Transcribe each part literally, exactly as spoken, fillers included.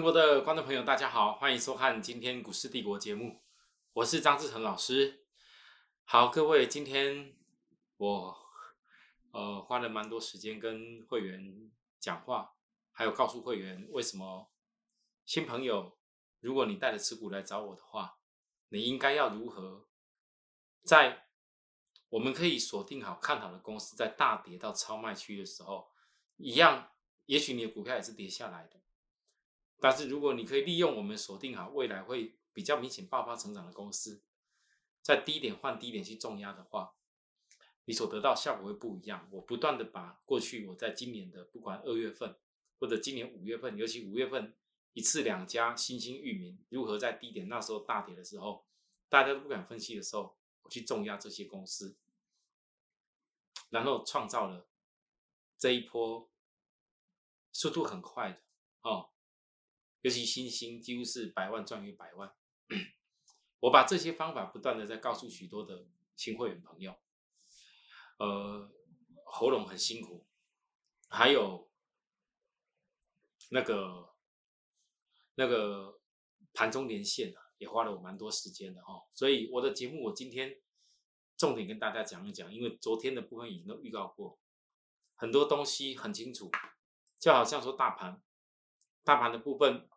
国的观众朋友，大家好，欢迎收看今天股市帝国节目，我是张志成老师。好，各位，今天我呃花了蛮多时间跟会员讲话，还有告诉会员为什么新朋友，如果你带着持股来找我的话，你应该要如何在我们可以锁定好看好的公司，在大跌到超卖区的时候，一样，也许你的股票也是跌下来的。但是如果你可以利用我们锁定好未来会比较明显爆发成长的公司，在低点换低点去重压的话，你所得到效果会不一样。我不断的把过去我在今年的不管二月份或者今年五月份，尤其五月份一次两家新兴域名如何在低点那时候大跌的时候，大家都不敢分析的时候，我去重压这些公司，然后创造了这一波速度很快的哦。尤其新兴几乎是百万赚逾百万，我把这些方法不断的在告诉许多的新会员朋友，呃，喉咙很辛苦，还有那个那个盘中连线啊，也花了我蛮多时间的哈、哦，所以我的节目我今天重点跟大家讲一讲，因为昨天的部分已经都预告过，很多东西很清楚，就好像说大盘，大盘的部分。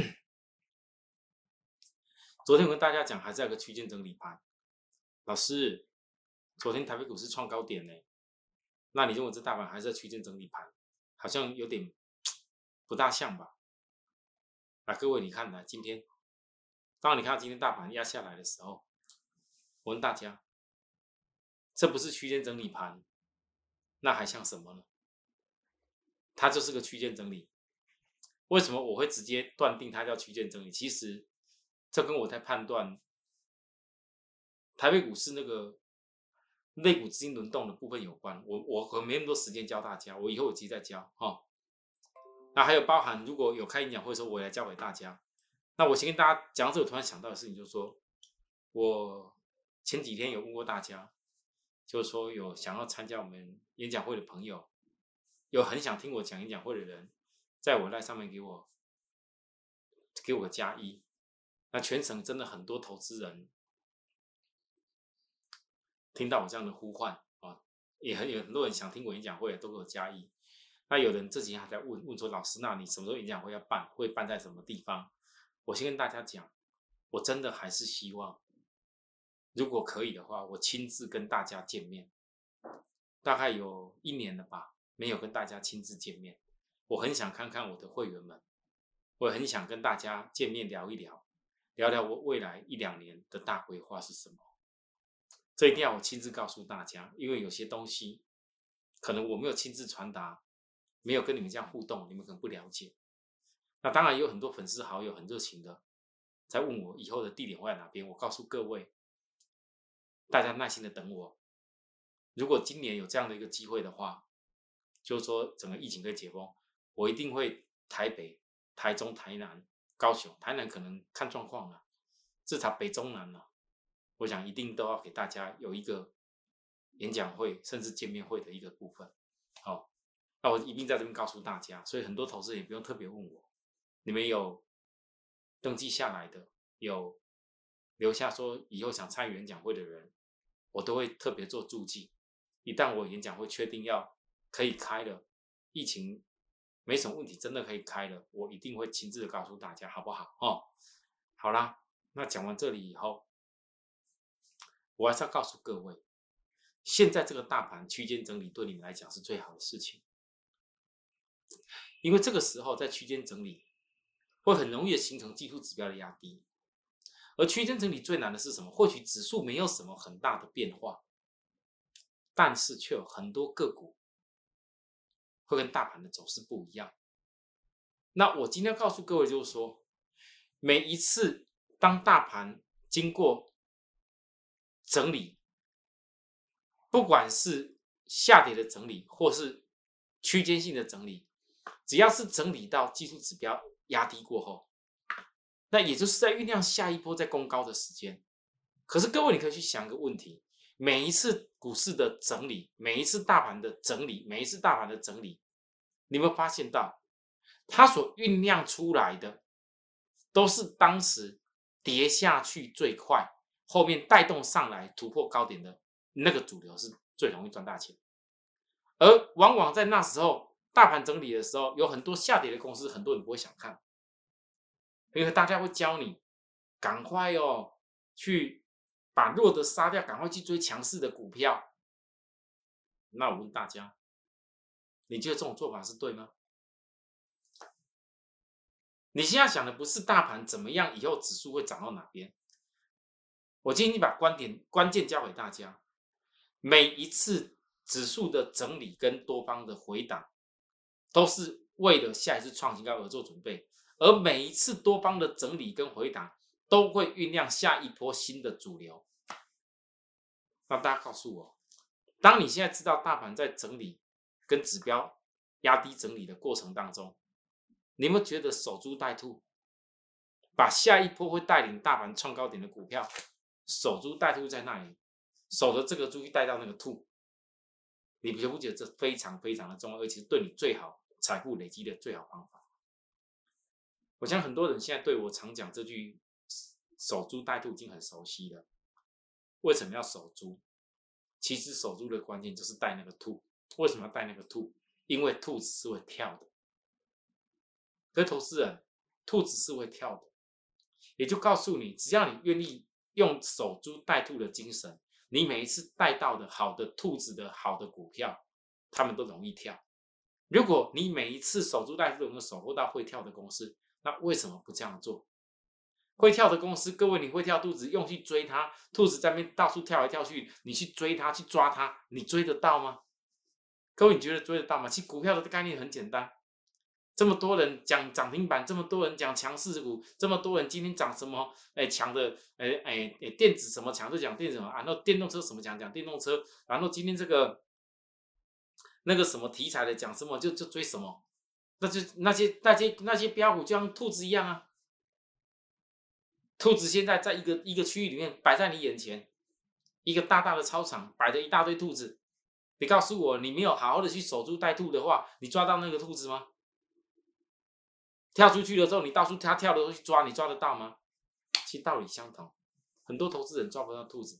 昨天我跟大家讲，还是有个区间整理盘。老师，昨天台北股市创高点呢，那你认为这大盘还是在区间整理盘？好像有点不大像吧？啊，各位你看呢，今天，当你看到今天大盘压下来的时候，我问大家，这不是区间整理盘，那还像什么呢？它就是个区间整理。为什么我会直接断定它叫区间整理？其实这跟我在判断台北股市那个类股资金轮动的部分有关。我我可能没那么多时间教大家，我以后有机再教哈、哦。那还有包含如果有开演讲会的时候，我也来教给大家。那我先跟大家讲这，我突然想到的事情就是说，我前几天有问过大家，就是说有想要参加我们演讲会的朋友，有很想听我讲演讲会的人，在我 LINE 上面给我给我个加一。那全省真的很多投资人听到我这样的呼唤啊，也很有很多人想听我演讲会，都给我加一。那有人这几天还在问问说，老师，那你什么时候演讲会要办？会办在什么地方？我先跟大家讲，我真的还是希望，如果可以的话，我亲自跟大家见面。大概有一年了吧，没有跟大家亲自见面。我很想看看我的会员们，我很想跟大家见面聊一聊，聊聊我未来一两年的大规划是什么。这一定要我亲自告诉大家，因为有些东西可能我没有亲自传达，没有跟你们这样互动，你们可能不了解。那当然也有很多粉丝好友很热情的在问我以后的地点会在哪边，我告诉各位，大家耐心的等我。如果今年有这样的一个机会的话，就是说整个疫情可以解封，我一定会台北、台中、台南、高雄，台南可能看状况了，至少北中南了，我想一定都要给大家有一个演讲会甚至见面会的一个部分。好、哦，那我一定在这边告诉大家，所以很多投资人也不用特别问我，你们有登记下来的，有留下说以后想参与演讲会的人，我都会特别做注记。一旦我演讲会确定要可以开了，疫情没什么问题，真的可以开了，我一定会亲自的告诉大家，好不好？哦，好啦，那讲完这里以后，我还是要告诉各位，现在这个大盘区间整理对你们来讲是最好的事情，因为这个时候在区间整理会很容易的形成技术指标的压低，而区间整理最难的是什么？或许指数没有什么很大的变化，但是却有很多个股会跟大盘的走势不一样。那我今天要告诉各位就是说，每一次当大盘经过整理，不管是下跌的整理或是区间性的整理，只要是整理到技术指标压低过后，那也就是在酝酿下一波在攻高的时间。可是各位你可以去想一个问题，每一次股市的整理，每一次大盘的整理，每一次大盘的整理，你有没有发现到它所酝酿出来的都是当时跌下去最快，后面带动上来突破高点的那个主流是最容易赚大钱。而往往在那时候大盘整理的时候，有很多下跌的公司，很多人不会想看，因为大家会教你赶快哦去把弱的杀掉，赶快去追强势的股票。那我问大家，你觉得这种做法是对吗？你现在想的不是大盘怎么样，以后指数会涨到哪边？我今天把观点关键交给大家。每一次指数的整理跟多方的回档，都是为了下一次创新高而做准备。而每一次多方的整理跟回档，都会酝酿下一波新的主流。那大家告诉我，当你现在知道大盘在整理跟指标压低整理的过程当中，你有没有觉得守株待兔，把下一波会带领大盘创高点的股票守株待兔在那里，守着这个猪去带到那个兔，你觉不觉得这非常非常的重要，而且是对你最好财富累积的最好方法？我想很多人现在对我常讲这句守株待兔已经很熟悉了。为什么要守株？其实守株的关键就是带那个兔。为什么要带那个兔？因为兔子是会跳的。可是投资人，兔子是会跳的，也就告诉你，只要你愿意用守株待兔的精神，你每一次带到的好的兔子的好的股票，他们都容易跳。如果你每一次守株待兔都能守护到会跳的公司，那为什么不这样做？会跳的公司，各位，你会跳兔子，用去追它，兔子在那边到处跳来跳去，你去追它，去抓它，你追得到吗？各位，你觉得追得到吗？其实股票的概念很简单，这么多人讲涨停板，这么多人讲强势股，这么多人今天讲什么？哎，强的，哎哎哎，电子什么强就讲电子什么，然后电动车什么讲讲电动车，然后今天这个那个什么题材的讲什么就就追什么，那就那些那些那些标股就像兔子一样啊。兔子现在在一个一个区域里面摆在你眼前，一个大大的操场摆着一大堆兔子，你告诉我，你没有好好的去守株待兔的话，你抓到那个兔子吗？跳出去的时候，你到处它跳的时候去抓，你抓得到吗？其实道理相同，很多投资人抓不到兔子。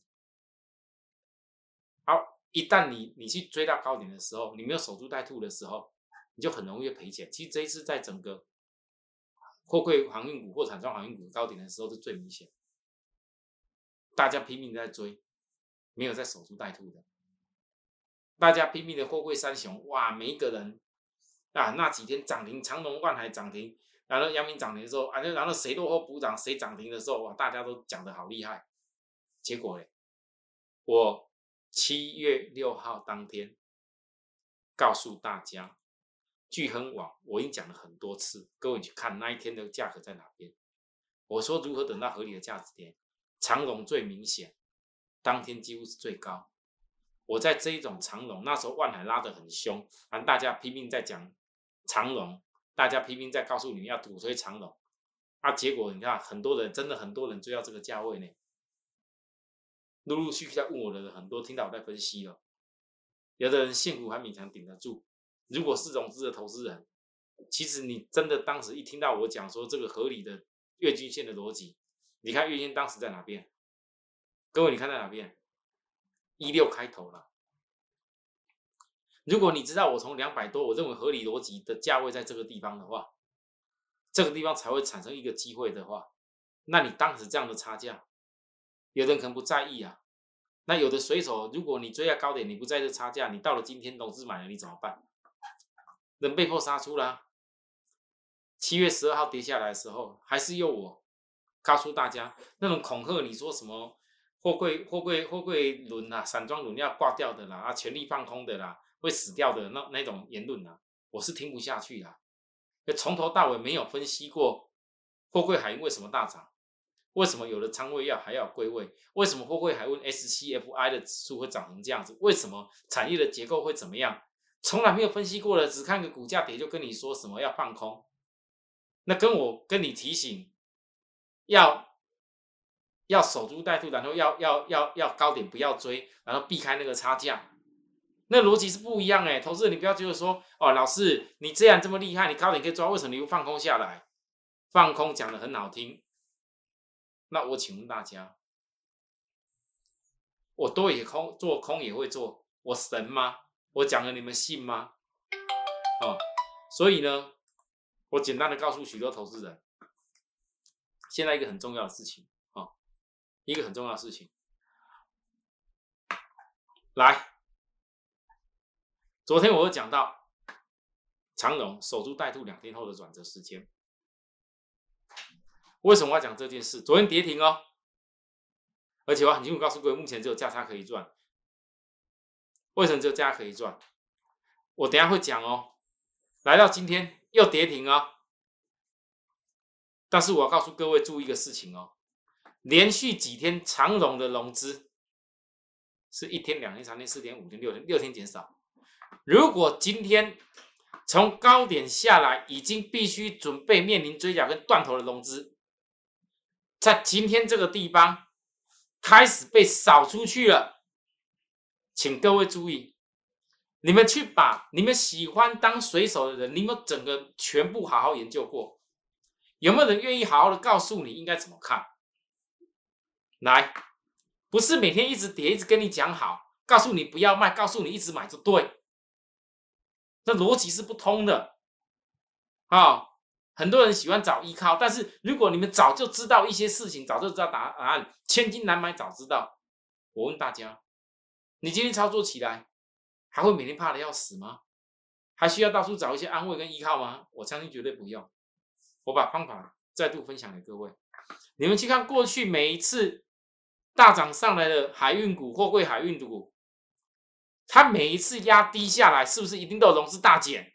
好，一旦你你去追到高点的时候，你没有守株待兔的时候，你就很容易赔钱。其实这一次在整个货柜航运股或产装航运股高点的时候是最明显，大家拼命在追，没有在守株待兔的。大家拼命的货柜三雄，哇，每一个人啊，那几天涨停，长荣、万海涨停，然后阳明涨停的时候，啊，然后谁落后补涨，谁涨停的时候，哇，大家都讲得好厉害。结果嘞，我七月六号当天告诉大家，聚亨网我已经讲了很多次，各位去看那一天的价格在哪边。我说如何等到合理的价值点，长荣最明显，当天几乎是最高。我在这一种长荣，那时候万海拉得很凶，然后大家拼命在讲长荣，大家拼命在告诉你要鼓吹长荣，啊，结果你看很多人真的很多人追到这个价位呢，陆陆续续在问我的人很多，听到我在分析了，有的人现股还勉强顶得住。如果是融资的投资人，其实你真的当时一听到我讲说这个合理的月均线的逻辑，你看月均当时在哪边？各位你看在哪边？一六开头了。如果你知道我从两百多，我认为合理逻辑的价位在这个地方的话，这个地方才会产生一个机会的话，那你当时这样的差价，有的人可能不在意啊。那有的水手，如果你追到高点，你不在这差价，你到了今天融资买了，你怎么办？人被迫杀出啦。七月十二号跌下来的时候，还是由我告诉大家，那种恐吓你说什么货柜货柜货柜轮啊，散装轮要挂掉的啦，啊，全力放空的啦，会死掉的那那种言论啊，我是听不下去啦。从头到尾没有分析过货柜海运为什么大涨，为什么有的仓位要还要有柜位，为什么货柜海运 S 七 F I 的指数会涨成这样子，为什么产业的结构会怎么样，从来没有分析过的，只看个股价跌就跟你说什么要放空，那跟我跟你提醒要要守株待兔，然后要要要要高点不要追，然后避开那个差价，那逻辑是不一样哎。投资人你不要觉得说哦，老师你这样这么厉害，你高点可以抓，为什么你又放空下来？ 放空讲得很好听，那我请问大家，我多也空做空也会做，我神吗？我讲了你们信吗？哦，所以呢，我简单的告诉许多投资人，现在一个很重要的事情啊、哦，一个很重要的事情，来，昨天我有讲到长荣守株待兔两天后的转折时间。为什么我要讲这件事？昨天跌停哦，而且我很清楚告诉各位，目前只有价差可以赚。为什么只有价差可以赚？我等一下会讲哦。来到今天又跌停哦，但是我要告诉各位注意一个事情哦，连续几天长荣的融资是一天、两天、三天、四天、五天、六天，六天减少。如果今天从高点下来，已经必须准备面临追缴跟断头的融资，在今天这个地方开始被扫出去了，请各位注意，你们去把你们喜欢当水手的人，你们整个全部好好研究过，有没有人愿意好好的告诉你应该怎么看？来，不是每天一直跌，一直跟你讲好，告诉你不要卖，告诉你一直买就对，那逻辑是不通的啊、哦。很多人喜欢找依靠，但是如果你们早就知道一些事情，早就知道答案，千金难买早知道。我问大家，你今天操作起来，还会每天怕的要死吗？还需要到处找一些安慰跟依靠吗？我相信绝对不用。我把方法再度分享给各位，你们去看过去每一次大涨上来的海运股、货柜海运股，它每一次压低下来，是不是一定都有融资大减？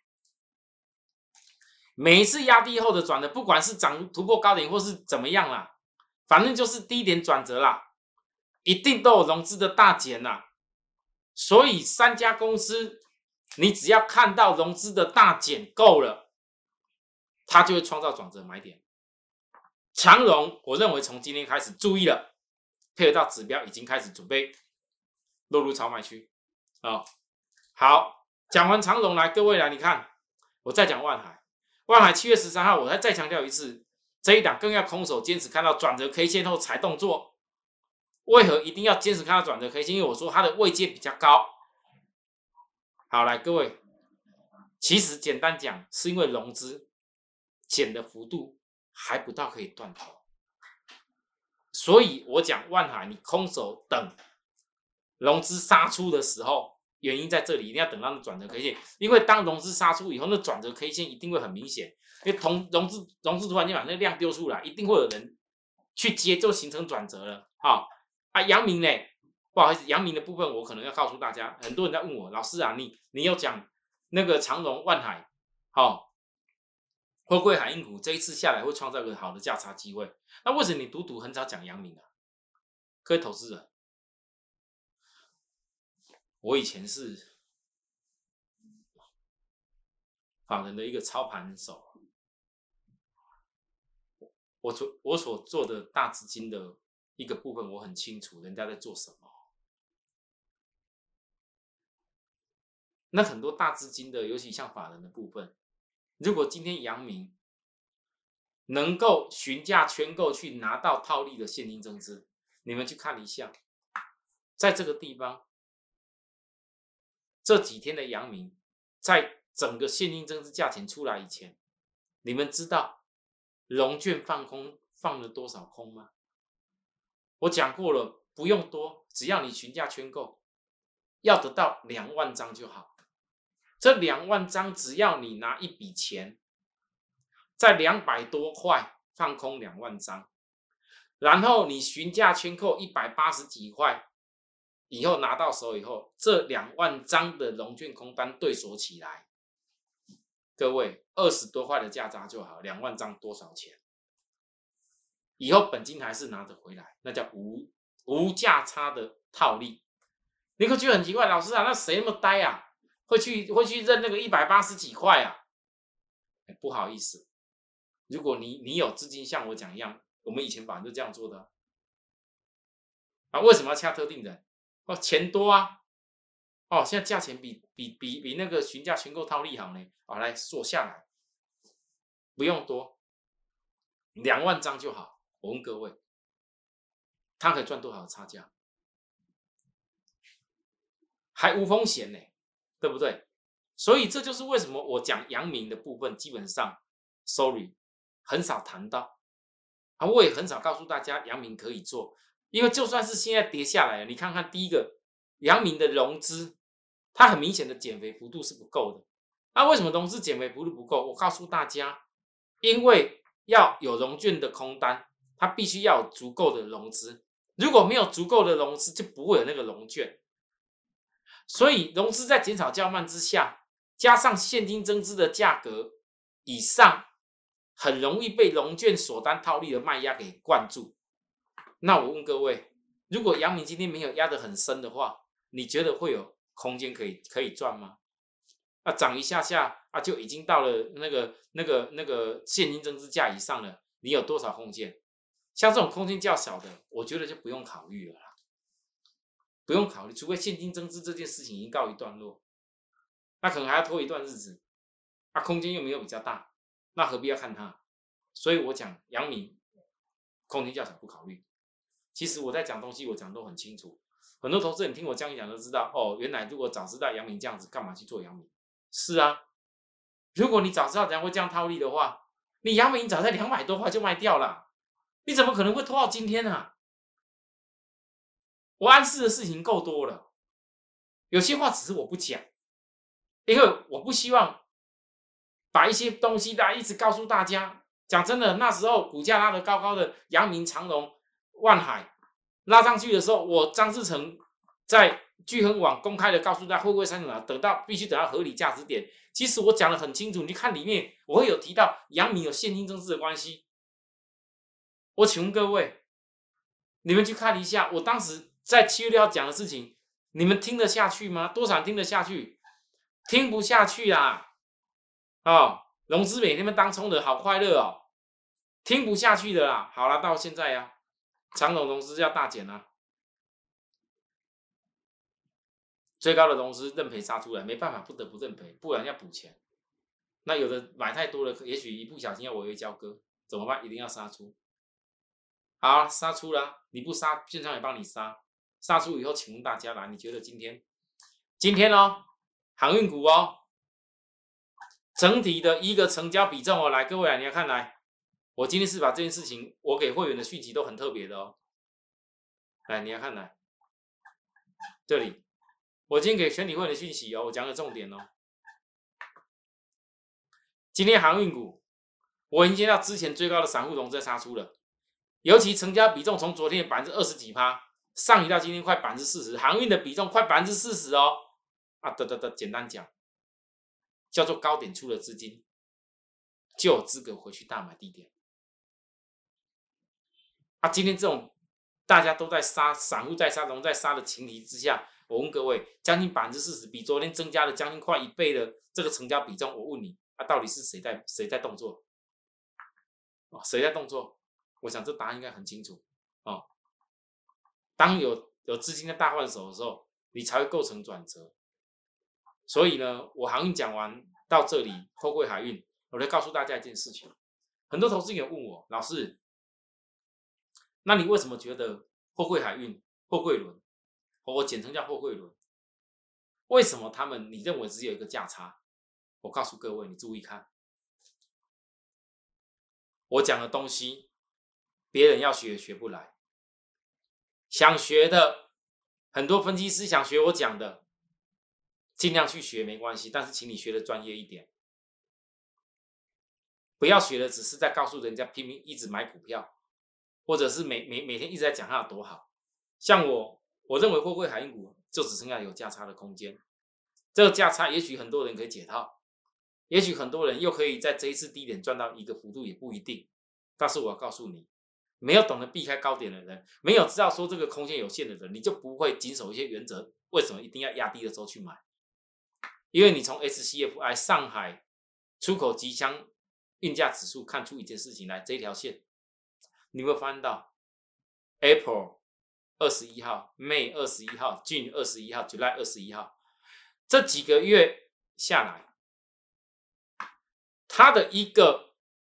每一次压低后的转折，不管是涨突破高点或是怎么样啦，反正就是低点转折啦，一定都有融资的大减啦。所以三家公司，你只要看到融资的大减够了，它就会创造转折买点。长荣，我认为从今天开始注意了，配合到指标已经开始准备落入超卖区。哦，好，讲完长荣来，各位来，你看，我再讲万海。万海七月十三号，我再再强调一次，这一档更要空手坚持看到转折 K 线后才动作。为何一定要坚持看到转折 K 线？因为我说它的位阶比较高。好，来各位，其实简单讲，是因为融资减的幅度还不到可以断头，所以我讲万海，你空手等融资杀出的时候。原因在这里，一定要等到那转折 K 线，因为当融资杀出以后，那转折 K 线一定会很明显。因为同融资融资突然间把那个量丢出来，一定会有人去接，就形成转折了。好、哦、啊，阳明呢？不好意思，阳明的部分我可能要告诉大家，很多人在问我，老师啊，你你有讲那个长荣、万海，好、哦，货柜海运股这一次下来会创造一个好的价差机会，那为什么你独独很少讲阳明啊？各位投资人。我以前是法人的一个操盘手，我所我所做的大资金的一个部分，我很清楚人家在做什么。那很多大资金的，尤其像法人的部分，如果今天阳明能够询价圈购去拿到套利的现金增资，你们去看一下，在这个地方。这几天的阳明，在整个现金增资价钱出来以前，你们知道融券放空放了多少空吗？我讲过了，不用多，只要你询价圈购，要得到两万张就好。这两万张，只要你拿一笔钱，在两百多块放空两万张，然后你询价圈购一百八十几块。以后拿到手以后，这两万张的融券空单对锁起来，各位二十多块的价差就好，两万张多少钱？以后本金还是拿得回来，那叫无无价差的套利。你会觉得很奇怪，老师啊，那谁那么呆啊？会去会去认那个一百八十几块啊？不好意思，如果你你有资金像我讲一样，我们以前法人就这样做的啊。为什么要掐特定人？哦，钱多啊！哦，现在价钱比比比比那个询价全购套利好呢。好、哦，来锁下来，不用多， 两万张就好。我问各位，他可以赚多少的差价？还无风险呢，对不对？所以这就是为什么我讲阳明的部分，基本上 ，sorry， 很少谈到啊，我也很少告诉大家阳明可以做，因为就算是现在跌下来了，你看看第一个阳明的融资，它很明显的减肥幅度是不够的。那、啊、为什么融资减肥幅度不够？我告诉大家，因为要有融券的空单，它必须要有足够的融资，如果没有足够的融资，就不会有那个融券。所以融资在减少较慢之下，加上现金增资的价格以上，很容易被融券锁单套利的卖压给灌住。那我问各位，如果阳明今天没有压得很深的话，你觉得会有空间可以可以赚吗？啊，涨一下下啊，就已经到了那个那个那个现金增资价以上了，你有多少空间？像这种空间较小的，我觉得就不用考虑了啦。不用考虑，除非现金增资这件事情已经告一段落，那可能还要拖一段日子，啊，空间又没有比较大，那何必要看它？所以我讲阳明空间较小不考虑。其实我在讲东西，我讲的都很清楚，很多投资人听我这样一讲都知道，哦，原来如果早知道阳明这样子，干嘛去做阳明？是啊，如果你早知道人家会这样套利的话，你阳明早在两百多块就卖掉了，你怎么可能会拖到今天啊？我暗示的事情够多了，有些话只是我不讲，因为我不希望把一些东西大家一直告诉大家。讲真的，那时候股价拉得高高的，阳明、长荣、万海拉上去的时候，我张志成在聚亨网公开的告诉大家会不会上涨，等到必须等到合理价值点。其实我讲得很清楚，你看里面我会有提到阳明有现金增资的关系。我请问各位，你们去看一下，我当时在七月六号讲的事情，你们听得下去吗？多少人听得下去？听不下去啦！哦，融资每天们当冲的好快乐哦，听不下去的啦。好啦，到现在呀、啊，长荣融资要大减啊，最高的融资认赔杀出来，没办法，不得不认赔，不然要补钱。那有的买太多了，也许一不小心要违约交割，怎么办？一定要杀出。好，杀出了，你不杀，券商也帮你杀。杀出以后，请问大家啦，你觉得今天，今天哦，航运股哦，整体的一个成交比重哦，来，各位啊，你要看来，我今天是把这件事情，我给会员的讯息都很特别的哦。来，你要看来，这里，我今天给全体会员的讯息哦，我讲个重点哦。今天航运股，我已经接到之前最高的散户融资杀出了。尤其成交比重从昨天的百分之二十几趴，上移到今天快百分之四十，航运的比重快百分之四十哦。啊，得得得，简单讲，叫做高点出了资金，就有资格回去大买低点。啊，今天这种大家都在杀，散户在杀，融在杀的前提之下，我问各位，将近百分之四十，比昨天增加了将近快一倍的这个成交比重，我问你，啊，到底是谁在谁在动作？哦，谁在动作？我想这答案应该很清楚哦。当有有资金在大换手的时候，你才会构成转折。所以呢，我航运讲完到这里，货柜海运，我来告诉大家一件事情。很多投资人问我，老师，那你为什么觉得货柜海运、货柜轮，我简称叫货柜轮，为什么他们你认为只有一个价差？我告诉各位，你注意看，我讲的东西，别人要学也学不来。想学的，很多分析师想学我讲的，尽量去学没关系，但是请你学的专业一点，不要学的只是在告诉人家拼命一直买股票，或者是每每每天一直在讲它有多好。像我，我认为货柜海运股就只剩下有价差的空间，这个价差也许很多人可以解套，也许很多人又可以在这一次低点赚到一个幅度，也不一定。但是我要告诉你，没有懂得避开高点的人，没有知道说这个空间有限的人，你就不会谨守一些原则。为什么一定要压低的时候去买？因为你从 H C F I 上海出口集箱运价指数看出一件事情来，这条线你会发现到 April 二十一号、May 二十一号、June 二十一号、July 二十一号这几个月下来，它的一个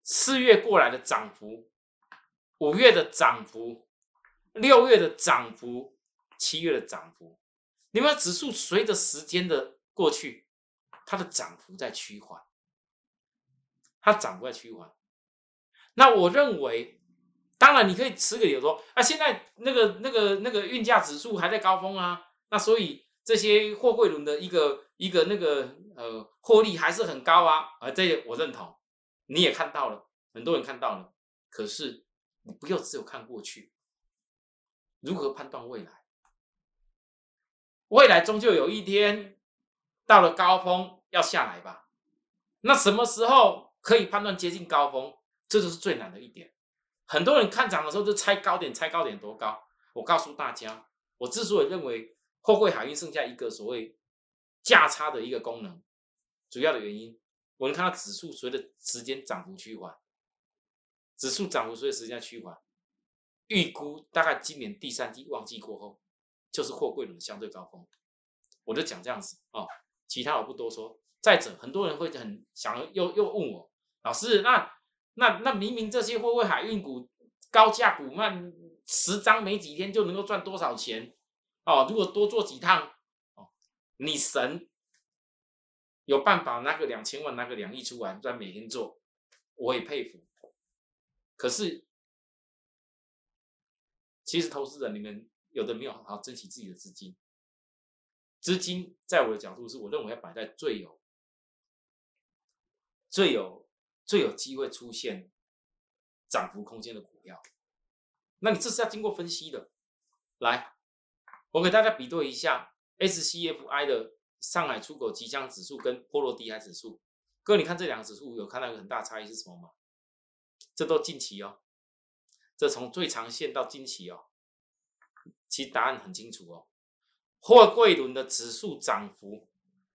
四月过来的涨幅，五月的涨幅，六月的涨幅，七月的涨幅，你们指数随着时间的过去，它的涨幅在趋缓，它涨幅在趋缓。那我认为，当然你可以持个理由说，啊，现在那个那个那个运价指数还在高峰啊，那所以这些货柜轮的一个一个那个呃获利还是很高啊，啊，这个我认同，你也看到了，很多人看到了，可是你不要只有看过去，如何判断未来？未来终究有一天到了高峰要下来吧？那什么时候可以判断接近高峰？这就是最难的一点。很多人看涨的时候就猜高点，猜高点多高？我告诉大家，我之所以认为货柜海运剩下一个所谓价差的一个功能，主要的原因，我们看到指数随着时间涨幅趋缓，指数涨幅随着时间趋缓，预估大概今年第三季旺季过后，就是货柜轮的相对高峰。我就讲这样子哦，其他我不多说。再者，很多人会很想又又问我，老师，那那那明明这些货柜海运股高价股，那十张没几天就能够赚多少钱哦？如果多做几趟哦，你神有办法拿个两千万，拿个两亿出来，在每天做，我也佩服。可是，其实投资人你们有的没有好好珍惜自己的资金，资金在我的角度是我认为要摆在最有、最有、最有机会出现涨幅空间的股票。那你这是要经过分析的。来，我给大家比对一下 S C F I 的上海出口即将指数跟波罗的海指数。各位，你看这两个指数有看到一个很大差异是什么吗？这都近期哦，这从最长线到近期哦，其实答案很清楚哦。货柜轮的指数涨幅，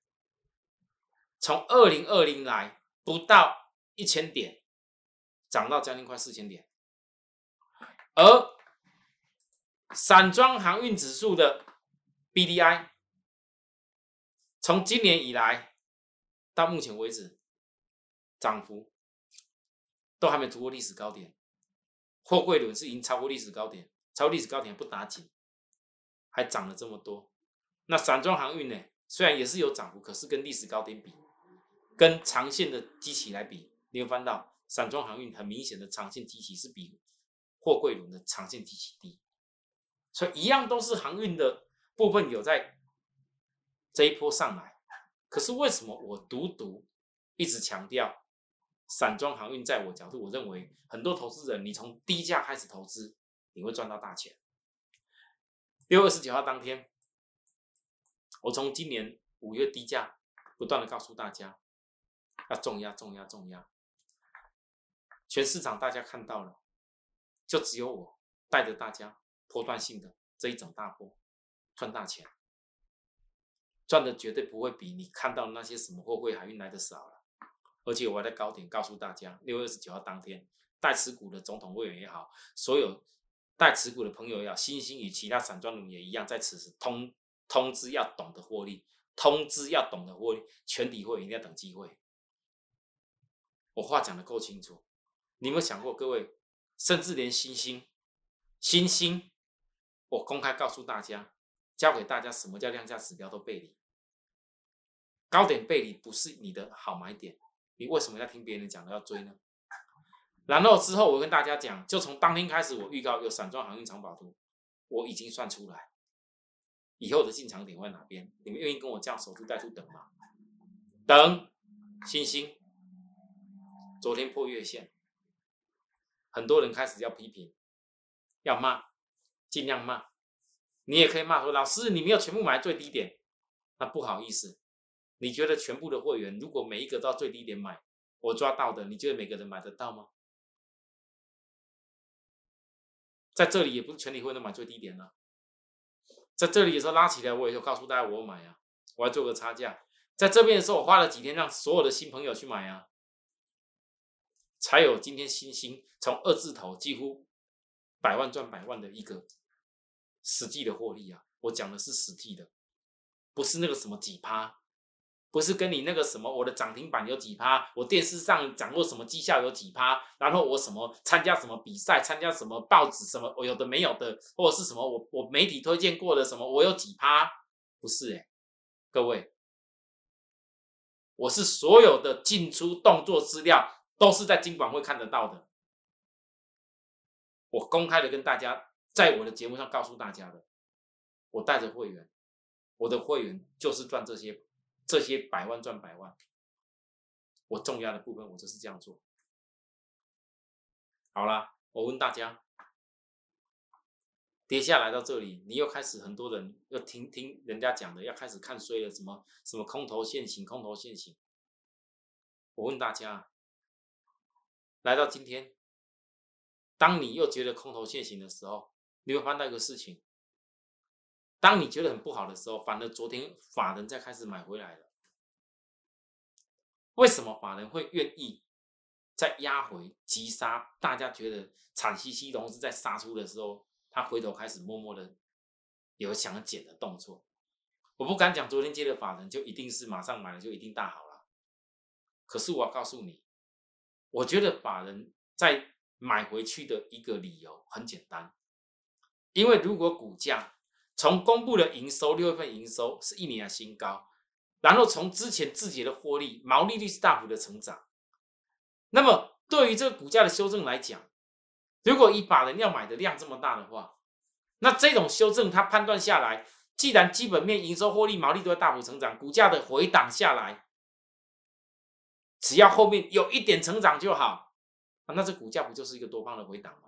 从二零二零来不到一千点，涨到将近快四千点，而散装航运指数的 B D I， 从今年以来到目前为止，涨幅都还没突破历史高点。货柜轮是已经超过历史高点，超过历史高点不打紧，还涨了这么多。那散装航运呢？虽然也是有涨幅，可是跟历史高点比，跟长线的基期来比，你会发现到散装航运很明显的长线基期是比货柜轮的长线基期低。所以一样都是航运的部分有在这一波上来，可是为什么我独独一直强调散装航运？在我角度，我认为很多投资人，你从低价开始投资，你会赚到大钱。六月二十九号当天，我从今年五月低价不断的告诉大家，要重压、重压、重压。全市场大家看到了，就只有我带着大家波段性的这一整大波赚大钱，赚的绝对不会比你看到那些什么货柜海运来的少了。而且我还在高点告诉大家，六月二十九号当天，带持股的总统会员也好，所有带持股的朋友也好，新兴与其他散装轮也一样，在此时通通知要懂得获利，通知要懂得获利，全体会员一定要等机会。我话讲得够清楚，你有没有想过，各位，甚至连新兴、新兴，我公开告诉大家，教给大家什么叫量价指标都背离，高点背离不是你的好买点。你为什么要听别人讲的要追呢？然后之后我跟大家讲，就从当天开始，我预告有散装航运藏宝图，我已经算出来，以后的进场点会在哪边？你们愿意跟我这样守株待兔等吗？等新兴，昨天破月线，很多人开始要批评，要骂，尽量骂。你也可以骂说，老师你没有全部买最低点，那不好意思。你觉得全部的会员如果每一个都要最低点买，我抓到的，你觉得每个人买得到吗？在这里也不是全体会员都买最低点啊，在这里的时候拉起来，我也就告诉大家我买啊，我还做个差价。在这边的时候，我花了几天让所有的新朋友去买啊，才有今天新兴从二字头几乎百万赚百万的一个实际的获利啊。我讲的是实际的，不是那个什么几趴。 不是跟你那个什么我的涨停板有几趴，我电视上掌握什么绩效有几趴，然后我什么参加什么比赛，参加什么报纸什么我有的没有的，或者是什么我我媒体推荐过的什么我有几趴，不是哎，各位，我是所有的进出动作资料都是在金管会看得到的，我公开的跟大家在我的节目上告诉大家的，我带着会员，我的会员就是赚这些。这些百万赚百万，我重要的部分我就是这样做。好啦，我问大家，跌下来到这里，你又开始很多人又听听人家讲的，要开始看衰了，什么什么空头现行，空头现行。我问大家，来到今天，当你又觉得空头现行的时候，你会发现到一个事情。当你觉得很不好的时候，反而昨天法人再开始买回来了。为什么法人会愿意再压回急杀？大家觉得惨兮兮融资在杀出的时候，他回头开始默默的有想减的动作。我不敢讲昨天接的法人就一定是马上买了就一定大好了。可是我要告诉你，我觉得法人在买回去的一个理由很简单，因为如果股价从公布的营收六月份营收是一年的新高，然后从之前自己的获利毛利率是大幅的成长，那么对于这个股价的修正来讲，如果以法人要买的量这么大的话，那这种修正它判断下来，既然基本面营收获利毛利都会大幅成长，股价的回档下来，只要后面有一点成长就好，那这股价不就是一个多方的回档吗？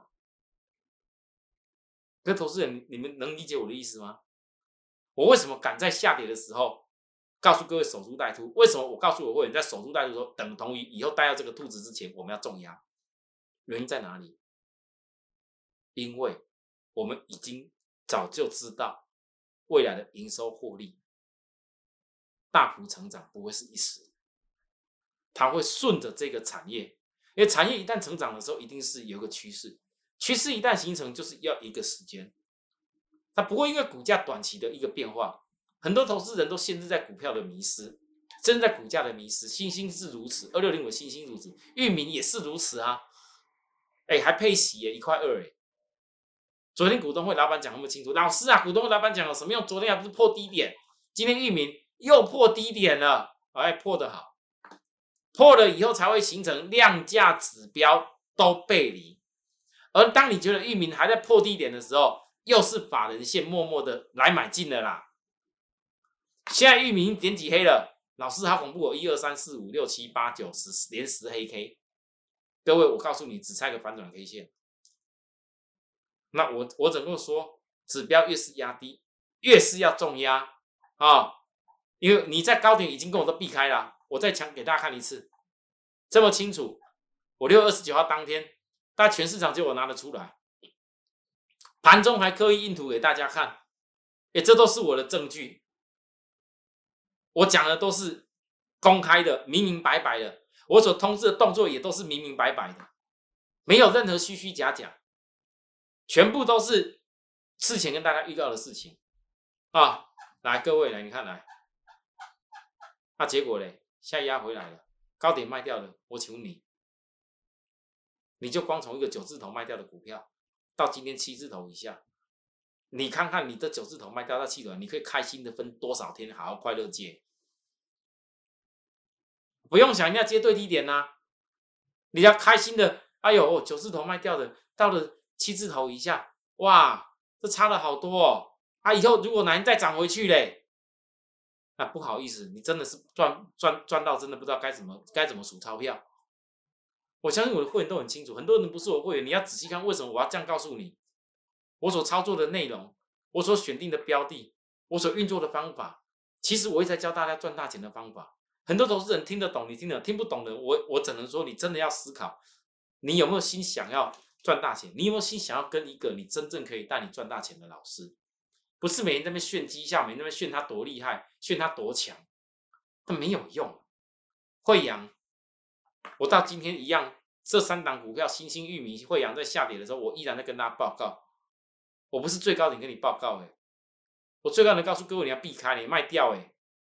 各位投资人，你们能理解我的意思吗？我为什么敢在下跌的时候告诉各位守株待兔？为什么我告诉我会员在守株待兔的时候，等同于以后待到这个兔子之前，我们要重压？原因在哪里？因为我们已经早就知道未来的营收获利大幅成长不会是一时，它会顺着这个产业，因为产业一旦成长的时候，一定是有个趋势。趋势一旦形成，就是要一个时间，它不会因为股价短期的一个变化，很多投资人都陷入在股票的迷失，真在股价的迷失。星星是如此，二六零五星星如此，裕民也是如此啊，哎，还配息耶，一块二哎。昨天股东会老板讲那么清楚，老师啊，股东会老板讲有什么用？昨天还不是破低点，今天裕民又破低点了，哎，破得好，破了以后才会形成量价指标都背离。而当你觉得裕民还在破低点的时候，又是法人线默默的来买进了啦。现在裕民点几黑了？老师好恐怖哦！一二三四五六七八九十，连十黑 K。各位，我告诉你，只差一个反转 K 线。那我我怎么说？指标越是压低，越是要重压啊、哦！因为你在高点已经跟我都避开了，我再强给大家看一次，这么清楚。我六月二十九号当天，大家全市场就我拿得出来，盘中还刻意印图给大家看，哎，这都是我的证据，我讲的都是公开的，明明白白的，我所通知的动作也都是明明白白的，没有任何虚虚假假，全部都是事前跟大家预告的事情啊！来，各位来，你看来，那、啊、结果嘞，现在压回来了，高点卖掉了，我请问你，你就光从一个九字头卖掉的股票，到今天七字头以下，你看看你的九字头卖掉到七字头，你可以开心的分多少天，好好快乐接，不用想一定要接对低点啊，你要开心的，哎呦，九字头卖掉的，到了七字头以下，哇，这差了好多哦！啊，以后如果哪天再涨回去嘞，那不好意思，你真的是赚赚赚到真的不知道该怎么该怎么数钞票。我相信我的会员都很清楚，很多人不是我会员，你要仔细看为什么我要这样告诉你，我所操作的内容，我所选定的标的，我所运作的方法，其实我一直在教大家赚大钱的方法。很多投资人听得懂，你听得懂，听不懂的，我我只能说你真的要思考，你有没有心想要赚大钱？你有没有心想要跟一个你真正可以带你赚大钱的老师？不是每天在那边炫绩效，每天在那边炫他多厉害，炫他多强，那没有用。慧洋，我到今天一样，这三档股票，新兴、裕民、慧洋在下跌的时候，我依然在跟大家报告。我不是最高点跟你报告、欸，我最高点告诉各位你要避开，你卖掉、欸，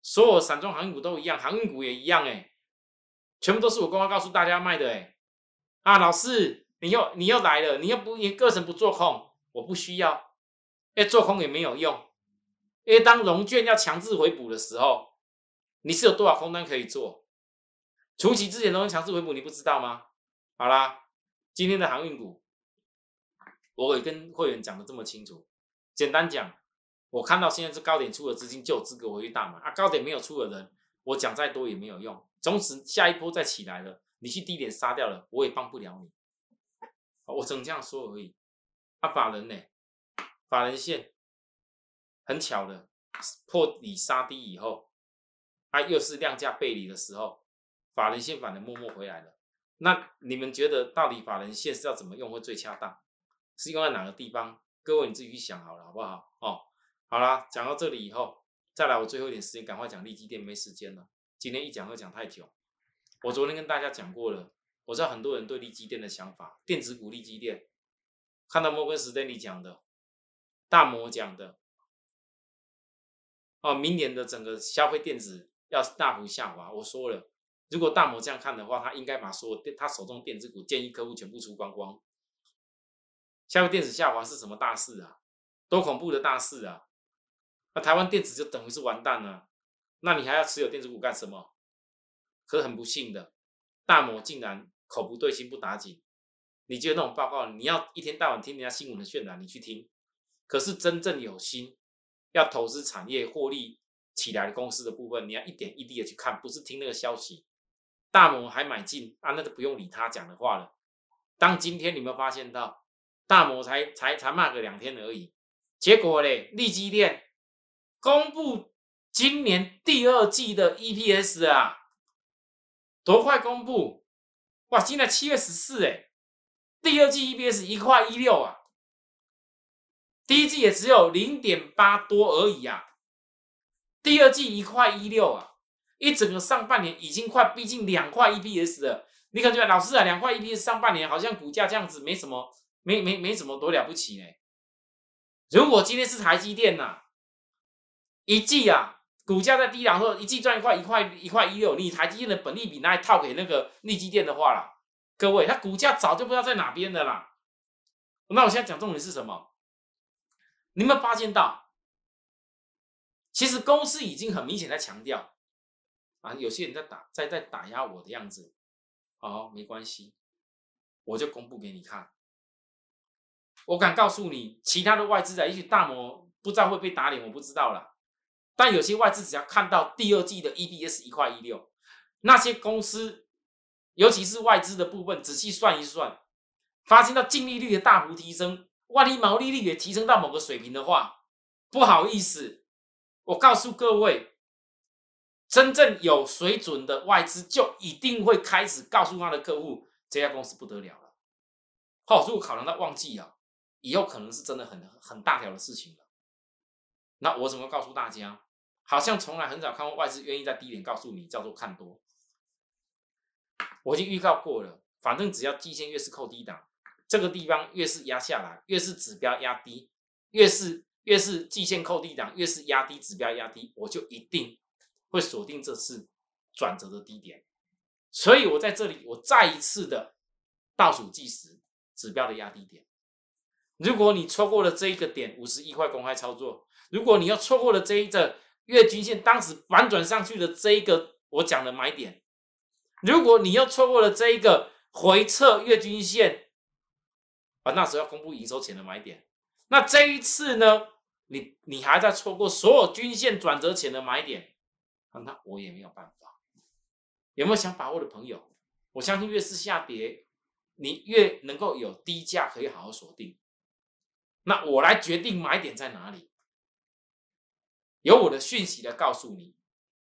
所有散装航运股都一样，航运股也一样，哎，全部都是我公开告诉大家卖的，哎，啊，老师，你又你又来了，你又不你个人不做空，我不需要，哎，做空也没有用，因为当融券要强制回补的时候，你是有多少空单可以做？除夕之前融券强制回补，你不知道吗？好啦，今天的航运股，我也跟会员讲的这么清楚，简单讲。我看到现在是高点出的资金就有资格回去大买啊，高点没有出的人，我讲再多也没有用。总之下一波再起来了，你去低点杀掉了，我也帮不了你。我只能这样说而已。啊，法人呢？法人线很巧的破底杀低以后，啊，又是量价背离的时候，法人线反而默默回来了。那你们觉得到底法人线是要怎么用会最恰当？是用在哪个地方？各位你自己去想好了，好不好？哦。好啦，讲到这里以后，再来我最后一点时间，赶快讲利基店，没时间了。今天一讲会讲太久。我昨天跟大家讲过了，我知道很多人对利基店的想法，电子股利基店，看到摩根士丹利讲的，大摩讲的，哦，明年的整个消费电子要大幅下滑。我说了，如果大摩这样看的话，他应该把所有他手中电子股建议客户全部出光光。消费电子下滑是什么大事啊？多恐怖的大事啊！那台湾电子就等于是完蛋了，那你还要持有电子股干什么？可是很不幸的，大摩竟然口不对心不打紧。你觉得那种报告，你要一天到晚听人家新闻的渲染，你去听。可是真正有心要投资产业获利起来的公司的部分，你要一点一滴的去看，不是听那个消息。大摩还买进啊，那就不用理他讲的话了。当今天你有没有发现到，大摩才才才骂个两天而已，结果嘞，利基店公布今年第二季的 E P S 啊，多快公布！哇，现在七月十四哎，第二季 E P S 一块一六啊，第一季也只有零点八多而已啊，第二季一块一六啊，一整个上半年已经快逼近两块 E P S 了。你可能觉得老师啊，两块 E P S 上半年好像股价这样子没什么，没没没什么多了不起呢。如果今天是台积电呐、啊，一季啊，股价在低档或一季赚一块一块一块一六，你台积电的本利比拿来套给那个利基电的话啦，各位，它股价早就不知道在哪边的啦。那我现在讲重点是什么？你有没有发现到，其实公司已经很明显在强调啊，有些人在打在在打压我的样子，好，没关系，我就公布给你看。我敢告诉你，其他的外资啊，也许大摩不知道会被打脸，我不知道啦。但有些外资只要看到第二季的 E P S 一块一六，那些公司，尤其是外资的部分，仔细算一算，发现到净利率的大幅提升，万一毛利率也提升到某个水平的话，不好意思，我告诉各位，真正有水准的外资就一定会开始告诉他的客户，这家公司不得了了。好、哦，如果考量到旺季啊，以后可能是真的很很大条的事情了。那我怎么告诉大家？好像从来很少看过外资愿意在低点告诉你叫做看多。我已经预告过了，反正只要季线越是扣低档，这个地方越是压下来，越是指标压低，越是越是季线扣低档，越是压低指标压低，我就一定会锁定这次转折的低点。所以我在这里我再一次的倒数计时指标的压低点。如果你错过了这一个点五十一块公开操作，如果你要错过了这一个月均线当时反转上去的这一个我讲的买点，如果你又错过了这一个回撤月均线啊，那时候要公布营收前的买点，那这一次呢，你你还在错过所有均线转折前的买点，啊、那我也没有办法。有没有想把握的朋友？我相信越是下跌，你越能够有低价可以好好锁定。那我来决定买点在哪里，有我的讯息来告诉你。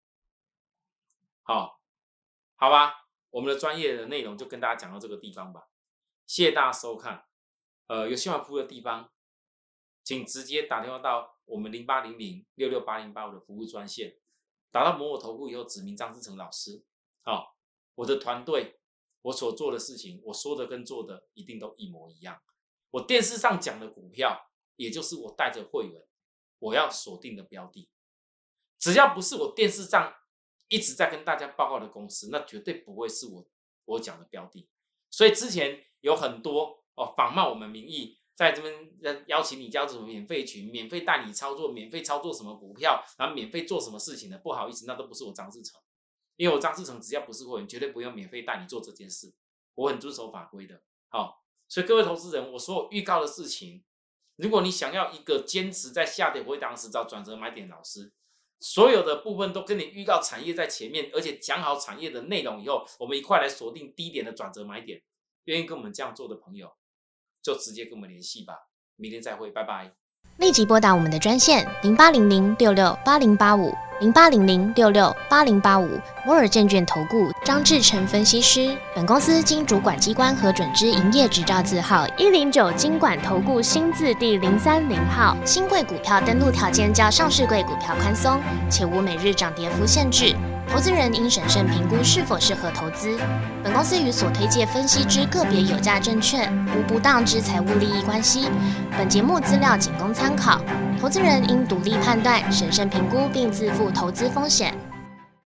好，好吧，我们的专业的内容就跟大家讲到这个地方吧。谢谢大家收看。呃，有新闻服务的地方，请直接打电话到我们零八零零六六八零八五的服务专线，打到摩尔投顾以后，指名张志成老师。好、哦，我的团队，我所做的事情，我说的跟做的一定都一模一样。我电视上讲的股票，也就是我带着会员我要锁定的标的。 只要不是我电视上一直在跟大家报告的公司，那绝对不会是我我讲的标的。所以之前有很多哦仿冒我们名义，在这边邀请你加入什么免费群，免费带你操作，免费操作什么股票，然后免费做什么事情的，不好意思，那都不是我张志成。因为我张志成只要不是会员，绝对不用免费带你做这件事，我很遵守法规的。好、哦，所以各位投资人，我所有预告的事情，如果你想要一个坚持在下跌不会当时找转折买点老师，所有的部分都跟你预告产业在前面，而且讲好产业的内容以后，我们一块来锁定低点的转折买点。愿意跟我们这样做的朋友，就直接跟我们联系吧。明天再会，拜拜。 立即拨打我们的专线零八零零六六八零八五零八零零六六八零八五摩尔证券投顾张志成分析师。本公司经主管机关核准之营业执照字号一零九金管投顾新字第零三零号。新贵股票登录条件较上市贵股票宽松，且无每日涨跌幅限制。投资人应审慎评估是否适合投资。本公司与所推介分析之个别有价证券无不当之财务利益关系。本节目资料仅供参考，投资人应独立判断、审慎评估并自负投资风险。